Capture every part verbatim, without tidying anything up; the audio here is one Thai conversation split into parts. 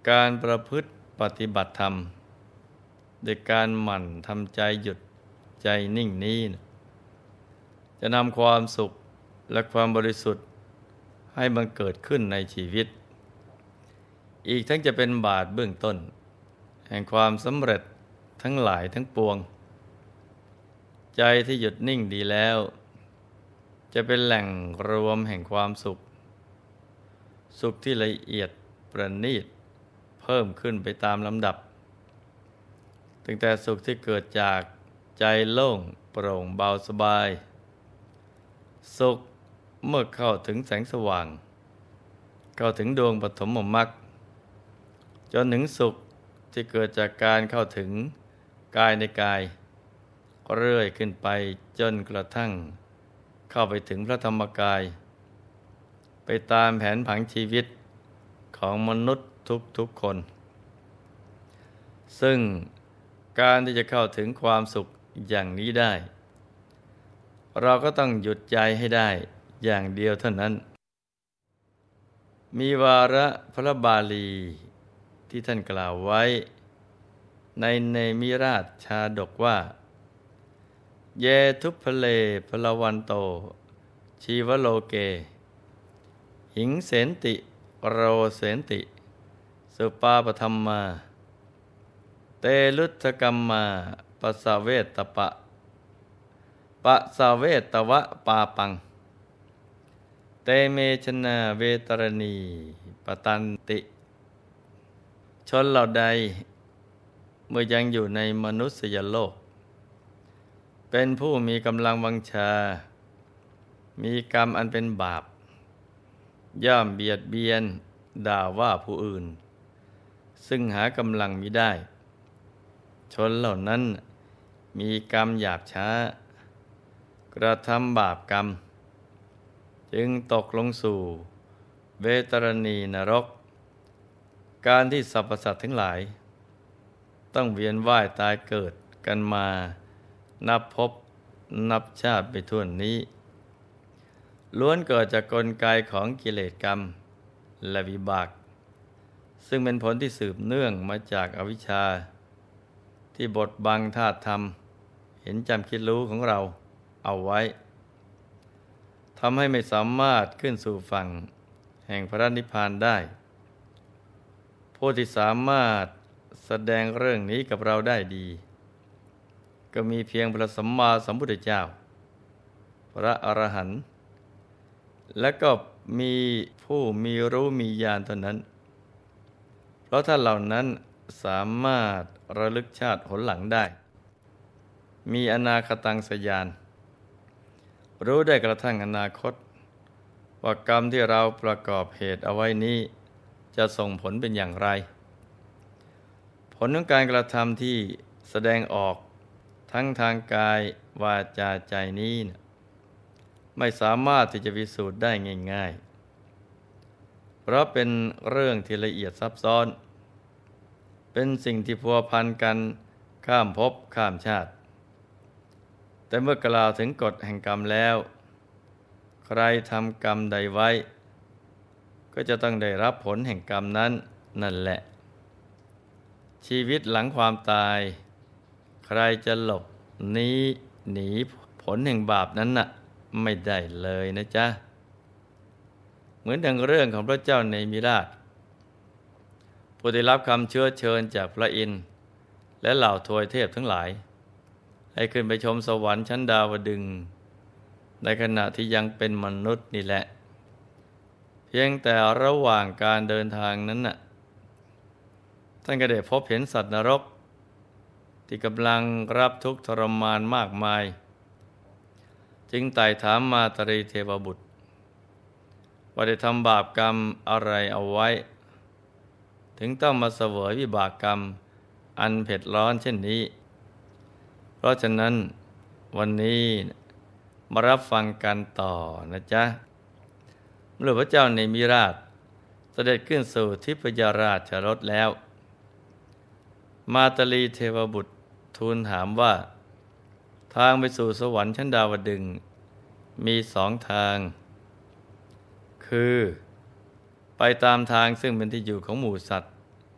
การประพฤติปฏิบัติธรรมโดยการหมั่นทำใจหยุดใจนิ่งนี้จะนำความสุขและความบริสุทธิ์ให้บังเกิดขึ้นในชีวิตอีกทั้งจะเป็นบาทเบื้องต้นแห่งความสำเร็จทั้งหลายทั้งปวงใจที่หยุดนิ่งดีแล้วจะเป็นแหล่งรวมแห่งความสุขสุขที่ละเอียดประณีตเพิ่มขึ้นไปตามลำดับตั้งแต่สุขที่เกิดจากใจโล่งโปร่งเบาสบายสุขเมื่อเข้าถึงแสงสว่างเข้าถึงดวงปฐมมรรคจนถึงสุขที่เกิดจากการเข้าถึงกายในกายเรื่อยขึ้นไปจนกระทั่งเข้าไปถึงพระธรรมกายไปตามแผนผังชีวิตของมนุษย์ทุกๆคนซึ่งการที่จะเข้าถึงความสุขอย่างนี้ได้เราก็ต้องหยุดใจให้ได้อย่างเดียวเท่านั้นมีวาระพระบาลีที่ท่านกล่าวไว้ในเนมิราชชาดกว่าเยทุพเลพลวันโตชีวโลเกหิงเสนติโรเสนติสุปาปธัมมาเตลุทธกัมมาปัสสะเวตปะปะสะเวตวะปาปังเตเมชนาเวตรณีปตันติชนเหล่าใดเมื่อยังอยู่ในมนุษยโลกเป็นผู้มีกำลังวังชามีกรรมอันเป็นบาปย่อมเบียดเบียนด่าว่าผู้อื่นซึ่งหากำลังมิได้ชนเหล่านั้นมีกรรมหยาบช้ากระทำบาปกรรมจึงตกลงสู่เวตรณีนรกการที่สรรพสัตว์ทั้งหลายต้องเวียนว่ายตายเกิดกันมานับภพนับชาติไปทั่วนี้ล้วนเกิดจากกลไกของกิเลสกรรมและวิบากซึ่งเป็นผลที่สืบเนื่องมาจากอวิชชาที่บดบังธาตุธรรมเห็นจำคิดรู้ของเราเอาไว้ทำให้ไม่สามารถขึ้นสู่ฝั่งแห่งพระนิพพานได้ผู้ที่สามารถแสดงเรื่องนี้กับเราได้ดีก็มีเพียงพระสัมมาสัมพุทธเจ้าพระอรหันต์และก็มีผู้มีรู้มีญาณเท่านั้นเพราะท่านเหล่านั้นสามารถระลึกชาติหนหลังได้มีอนาคตังสยานรู้ได้กระทั่งอนาคตว่ากรรมที่เราประกอบเหตุเอาไว้นี้จะส่งผลเป็นอย่างไรผลของการกระทำที่แสดงออกทั้งทางกายวาจาใจนี้นะไม่สามารถที่จะพิสูจน์ได้ง่ายๆเพราะเป็นเรื่องที่ละเอียดซับซ้อนเป็นสิ่งที่พัวพันกันข้ามภพข้ามชาติแต่เมื่อกล่าวถึงกฎแห่งกรรมแล้วใครทำกรรมใดไว้ก็จะต้องได้รับผลแห่งกรรมนั้นนั่นแหละชีวิตหลังความตายใครจะหลบหนีหนีผลแห่งบาปนั้นน่ะไม่ได้เลยนะจ๊ะเหมือนดังเรื่องของพระเจ้าเนมิราชผู้ได้รับคำเชื้อเชิญจากพระอินทร์และเหล่าทวยเทพทั้งหลายให้ขึ้นไปชมสวรรค์ชั้นดาวดึงส์ในขณะที่ยังเป็นมนุษย์นี่แหละเพียงแต่ระหว่างการเดินทางนั้นน่ะท่านก็ได้พบเห็นสัตว์นรกที่กำลังรับทุกข์ทรมานมากมายจึงไต่ถามมาตรีเทวบุตรว่าได้ทำบาปกรรมอะไรเอาไว้ถึงต้องมาเสวยวิบากกรรมอันเผ็ดร้อนเช่นนี้เพราะฉะนั้นวันนี้มารับฟังกันต่อนะจ๊ะเมื่อพระเจ้าเนมิราชเสด็จขึ้นสู่ทิพยราชรสแล้วมาตรีเทวบุตรทูลถามว่าทางไปสู่สวรรค์ชั้นดาวดึงส์มีสองทางคือไปตามทางซึ่งเป็นที่อยู่ของหมู่สัตว์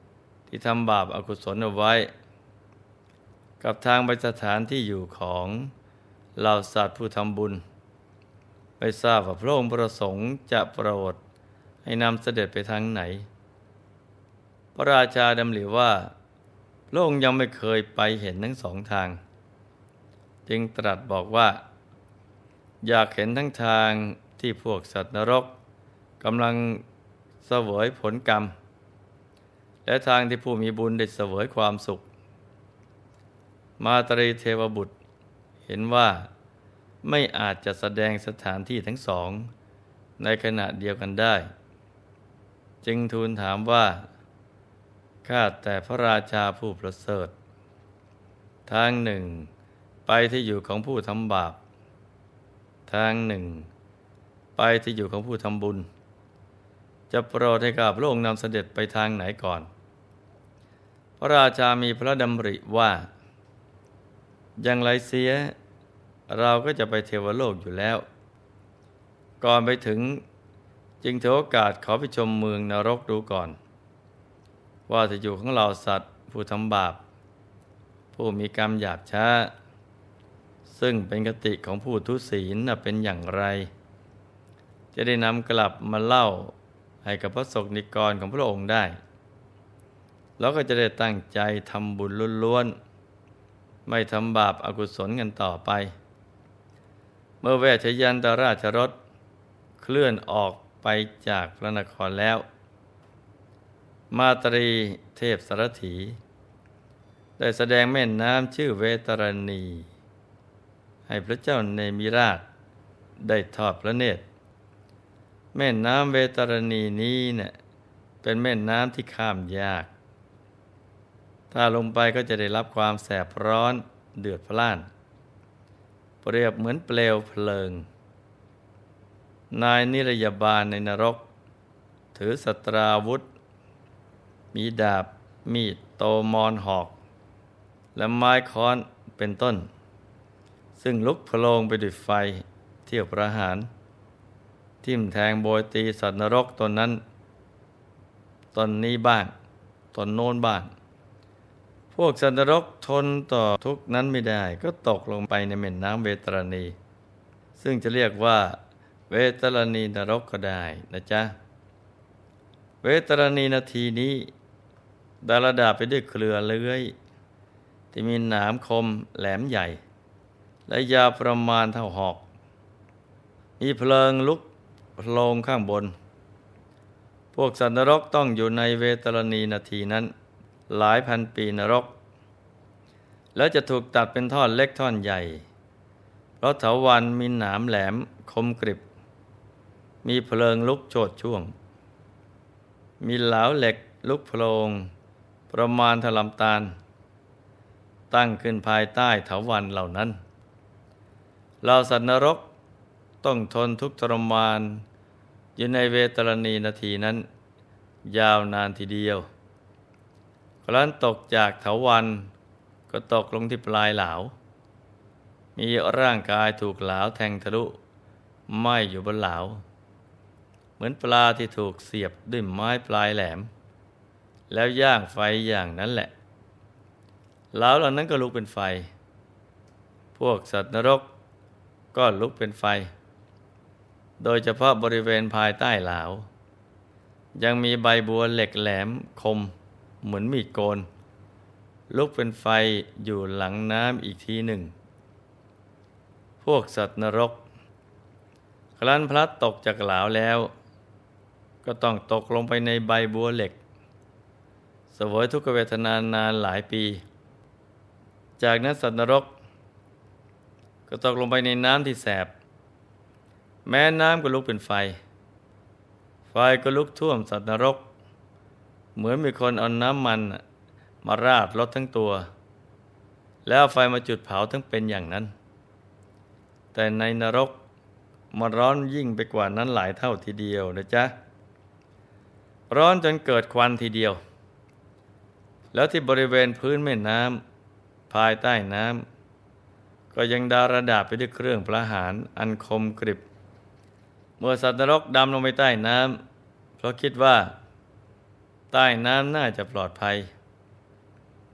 ที่ทำบาปอกุศลเอาไว้กับทางไปสถานที่อยู่ของเหล่าสัตว์ผู้ทำบุญไม่ทราบว่าพระองค์ประสงค์จะโปรดให้นำเสด็จไปทางไหนพระราชาดำริว่าพระองค์ยังไม่เคยไปเห็นทั้งสองทางจึงตรัสบอกว่าอยากเห็นทั้งทางที่พวกสัตว์นรกกำลังเสวยผลกรรมและทางที่ผู้มีบุญได้เสวยความสุขมาตรีเทวบุตรเห็นว่าไม่อาจจะแสดงสถานที่ทั้งสองในขณะเดียวกันได้จึงทูลถามว่าข้าแต่พระราชาผู้ประเสริฐทางหนึ่งไปที่อยู่ของผู้ทำบาปทางหนึ่งไปที่อยู่ของผู้ทำบุญจะโปรดให้ข้าพระองค์นำเสด็จไปทางไหนก่อนพระราชามีพระดำริว่าอย่างไรเสียเราก็จะไปเทวโลกอยู่แล้วก่อนไปถึงจึงถือโอกาสขอไปชมเมืองนรกดูก่อนว่าที่อยู่ของเราสัตว์ผู้ทำบาปผู้มีกรรมหยาบช้าซึ่งเป็นคติของผู้ทุศีลเป็นอย่างไรจะได้นำกลับมาเล่าให้กับพระสงฆ์นิกรของพระองค์ได้แล้วก็จะได้ตั้งใจทำบุญล้วนๆไม่ทำบาปอกุศลกันต่อไปเมื่อเวชยันตราชรถเคลื่อนออกไปจากพระนครแล้วมาตรีเทพสารถีได้แสดงแม่น้ำชื่อเวตรณีให้พระเจ้าเนมิราชได้ทอดพระเนตรแม่น้ำเวตรณีนี้เนี่ยเป็นแม่น้ำที่ข้ามยากถ้าลงไปก็จะได้รับความแสบร้อนเดือดพล่านเปรียบเหมือนเปลวเพลิงนายนิรยาบาลในนรกถือศัตราวุธมีดาบมีดโตมอนหอกและไม้ค้อนเป็นต้นซึ่งลุกโผลงไปด้วยไฟเที่ยวประหารทิ่มแทงโบยตีสัตว์นรกตนนั้นตนนี้บ้างตนโน้นบ้างพวกสัตว์นรกทนต่อทุกข์นั้นไม่ได้ก็ตกลงไปในแม่น้ำเวตรณีซึ่งจะเรียกว่าเวตรณีนรกก็ได้นะจ๊ะเวตรณีนาทีนี้ดารดาไปด้วยเครือเลื้อยที่มีหนามคมแหลมใหญ่และยาวประมาณเท่าหอกมีเพลิงลุกโผลงข้างบนพวกสัตว์นรกต้องอยู่ในเวตรณีนาทีนั้นหลายพันปีนรกแล้วจะถูกตัดเป็นท่อนเล็กท่อนใหญ่เพราะเถาวัลย์มีหนามแหลมคมกริบมีเพลิงลุกโชติช่วงมีเหลาเหล็กลุกโผลงประมาณเท่าลำตาลตั้งขึ้นภายใต้เถาวัลย์เหล่านั้นเหล่าสัตว์นรกต้องทนทุกข์ทรมานอยู่ในเวตรณีนาทีนั้นยาวนานทีเดียวครั้นตกจากเถาวัลย์ก็ตกลงที่ปลายเหลามีร่างกายถูกเหลาแทงทะลุไหม้อยู่บนเหลาเหมือนปลาที่ถูกเสียบด้วยไม้ปลายแหลมแล้วย่างไฟอย่างนั้นแหละเหลาเหล่านั้นก็ลุกเป็นไฟพวกสัตว์นรกก็ลุกเป็นไฟโดยเฉพาะบริเวณภายใต้เหลายังมีใบบัวเหล็กแหลมคมเหมือนมีดโกนลุกเป็นไฟอยู่หลังน้ำอีกทีหนึ่งพวกสัตว์นรกครั้นพลัดตกจากเหลาแล้วก็ต้องตกลงไปในใบบัวเหล็กเสวยทุกขเวทนานานหลายปีจากนั้นสัตว์นรกก็ตกลงไปในน้ำที่แสบแม้น้ำก็ลุกเป็นไฟไฟก็ลุกท่วมสัตว์นรกเหมือนมีคนเอาน้ำมันมาราดรถทั้งตัวแล้วไฟมาจุดเผาทั้งเป็นอย่างนั้นแต่ในนรกมันร้อนยิ่งไปกว่านั้นหลายเท่าทีเดียวนะจ๊ะร้อนจนเกิดควันทีเดียวแล้วที่บริเวณพื้นแม่น้ำภายใต้น้ำก็ยังดารดาบไปด้วยเครื่องประหารอันคมกริบเมื่อสัตว์นรกดำลงไปใต้น้ำเพราะคิดว่าใต้น้ำน่าจะปลอดภัย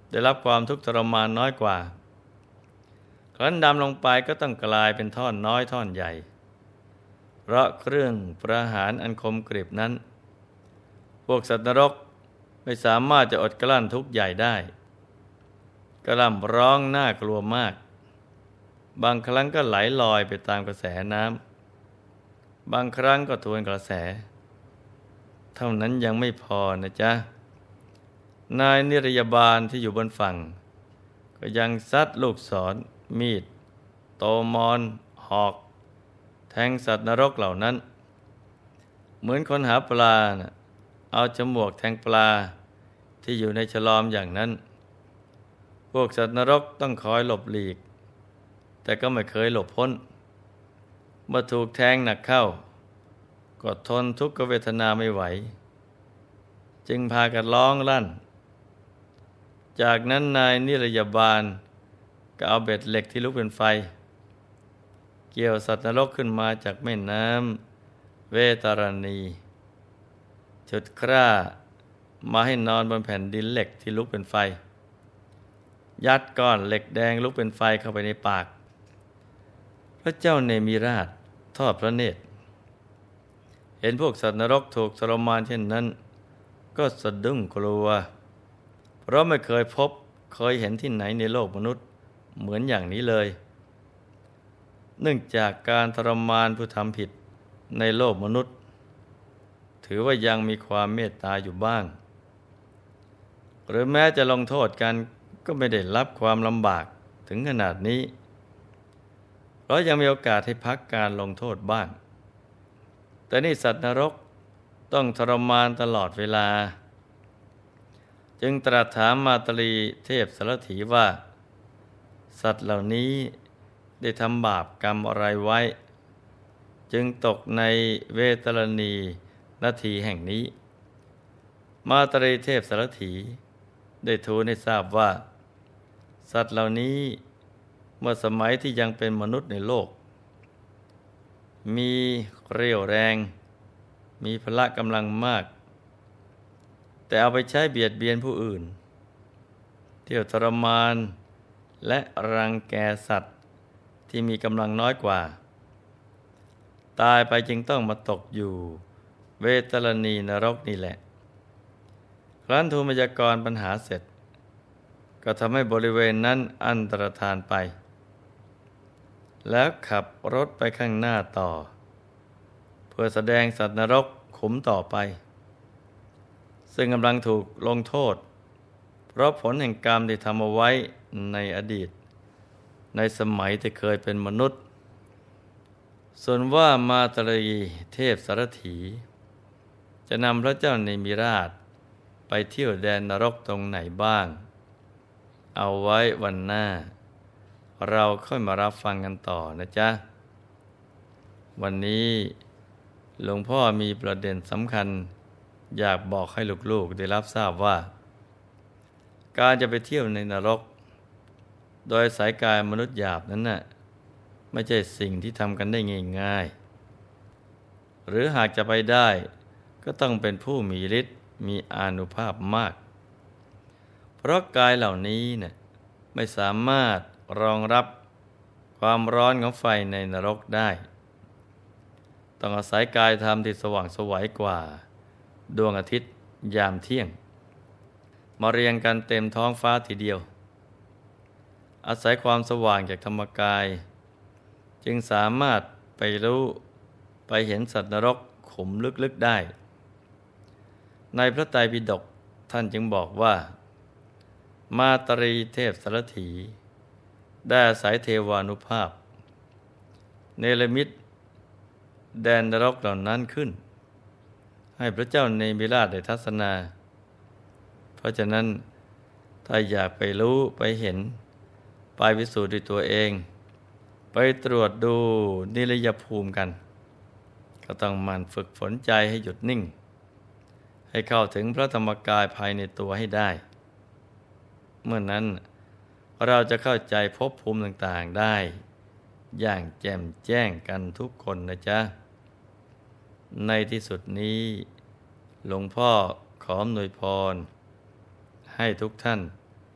ได้รับความทุกข์ทรมานน้อยกว่าครั้นดำลงไปก็ต้องกลายเป็นท่อนน้อยท่อนใหญ่เพราะเครื่องประหารอันคมกริบนั้นพวกสัตว์นรกไม่สามารถจะอดกลั้นทุกข์ใหญ่ได้กระล่ำร้องน่ากลัวมากบางครั้งก็ไหลลอยไปตามกระแสน้ำบางครั้งก็ทวนกระแสเท่านั้นยังไม่พอนะจ๊ะนายนิรยาบาลที่อยู่บนฝั่งก็ยังซัดลูกศรมีดโตมอนหอกแทงสัตว์นรกเหล่านั้นเหมือนคนหาปลานะเอาจมวกแทงปลาที่อยู่ในฉลอมอย่างนั้นพวกสัตว์นรกต้องคอยหลบหลีกแต่ก็ไม่เคยหลบพ้นเมื่อถูกแทงหนักเข้าก็ทนทุกขเวทนาไม่ไหวจึงพากันร้องลั่นจากนั้นนายนิรยาบาลก็เอาเบ็ดเหล็กที่ลุกเป็นไฟเกี่ยวสัตว์นรกขึ้นมาจากแม่น้ำเวตารณีจุดคร่ามาให้นอนบนแผ่นดินเหล็กที่ลุกเป็นไฟยัดก้อนเหล็กแดงลุกเป็นไฟเข้าไปในปากพระเจ้าเนมิราชทอดพระเนตรเห็นพวกสัตว์นรกถูกทรมานเช่นนั้นก็สะดุ้งกลัวเพราะไม่เคยพบเคยเห็นที่ไหนในโลกมนุษย์เหมือนอย่างนี้เลยเนื่องจากการทรมานผู้ทำผิดในโลกมนุษย์ถือว่ายังมีความเมตตาอยู่บ้างหรือแม้จะลงโทษกันก็ไม่ได้รับความลำบากถึงขนาดนี้เพราะยังมีโอกาสให้พักการลงโทษบ้างแต่นี่สัตว์นรกต้องทรมานตลอดเวลาจึงตรัสถามมาตรีเทพสารถีว่าสัตว์เหล่านี้ได้ทำบาปกรรมอะไรไว้จึงตกในเวตาลณีนาทีแห่งนี้มาตรีเทพสารถีได้ทูลให้ทราบว่าสัตว์เหล่านี้เมื่อสมัยที่ยังเป็นมนุษย์ในโลกมีเรี่ยวแรงมีพละกำลังมากแต่เอาไปใช้เบียดเบียนผู้อื่นเที่ยวทรมานและรังแกสัตว์ที่มีกำลังน้อยกว่าตายไปจึงต้องมาตกอยู่เวตาลณีนรกนี่แหละครั้นทูลพยากรณ์ปัญหาเสร็จก็ทำให้บริเวณนั้นอันตรธานไปแล้วขับรถไปข้างหน้าต่อเพื่อแสดงสัตว์นรกขุมต่อไปซึ่งกำลังถูกลงโทษเพราะผลแห่งกรรมที่ทำเอาไว้ในอดีตในสมัยที่เคยเป็นมนุษย์ส่วนว่ามาตรีเทพสารถีจะนำพระเจ้าเนมิราชไปเที่ยวแดนนรกตรงไหนบ้างเอาไว้วันหน้าเราค่อยมารับฟังกันต่อนะจ๊ะวันนี้หลวงพ่อมีประเด็นสำคัญอยากบอกให้ลูกๆได้รับทราบว่าการจะไปเที่ยวในนรกโดยสายกายมนุษย์หยาบนั้นน่ะไม่ใช่สิ่งที่ทำกันได้ง่ายๆหรือหากจะไปได้ก็ต้องเป็นผู้มีฤทธิ์มีอานุภาพมากเพราะกายเหล่านี้เนี่ยไม่สามารถรองรับความร้อนของไฟในนรกได้ต้องอาศัยกายธรรมที่สว่างไสวกว่าดวงอาทิตย์ยามเที่ยงมาเรียงกันเต็มท้องฟ้าทีเดียวอาศัยความสว่างจากธรรมกายจึงสามารถไปรู้ไปเห็นสัตว์นรกขุมลึกๆได้ในพระไตรปิฎกท่านจึงบอกว่ามาตรีเทพสารถีได้อาศัยเทวานุภาพเนรมิตแดนนรกเหล่านั้นขึ้นให้พระเจ้าเนมิราชได้ทัศนาเพราะฉะนั้นถ้าอยากไปรู้ไปเห็นไปพิสูจน์ด้วยตัวเองไปตรวจดูนิรยภูมิกันก็ต้องหมั่นฝึกฝนใจให้หยุดนิ่งให้เข้าถึงพระธรรมกายภายในตัวให้ได้เมื่อนั้นเราจะเข้าใจภพภูมิต่างๆได้อย่างแจ่มแจ้งกันทุกคนนะจ๊ะในที่สุดนี้หลวงพ่อขออำนวยพรให้ทุกท่าน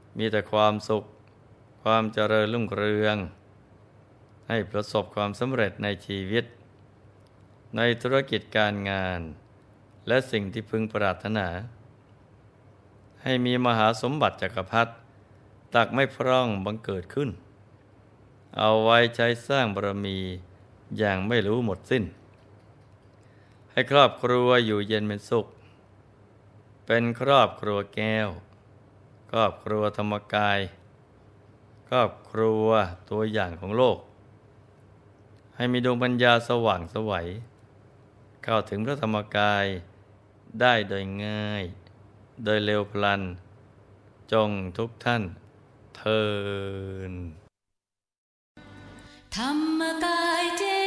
มีแต่ความสุขความเจริญรุ่งเรืองให้ประสบความสำเร็จในชีวิตในธุรกิจการงานและสิ่งที่พึงปรารถนาให้มีมหาสมบัติจักรพรรดิตักไม่พร่องบังเกิดขึ้นเอาไว้ใช้สร้างบารมีอย่างไม่รู้หมดสิ้นให้ครอบครัวอยู่เย็นเป็นสุขเป็นครอบครัวแก้วครอบครัวธรรมกายครอบครัวตัวอย่างของโลกให้มีดวงปัญญาสว่างไสวเข้าถึงพระธรรมกายได้โดยง่ายโดยเร็วพลันจงทุกท่านเทอญธรรมกายเจ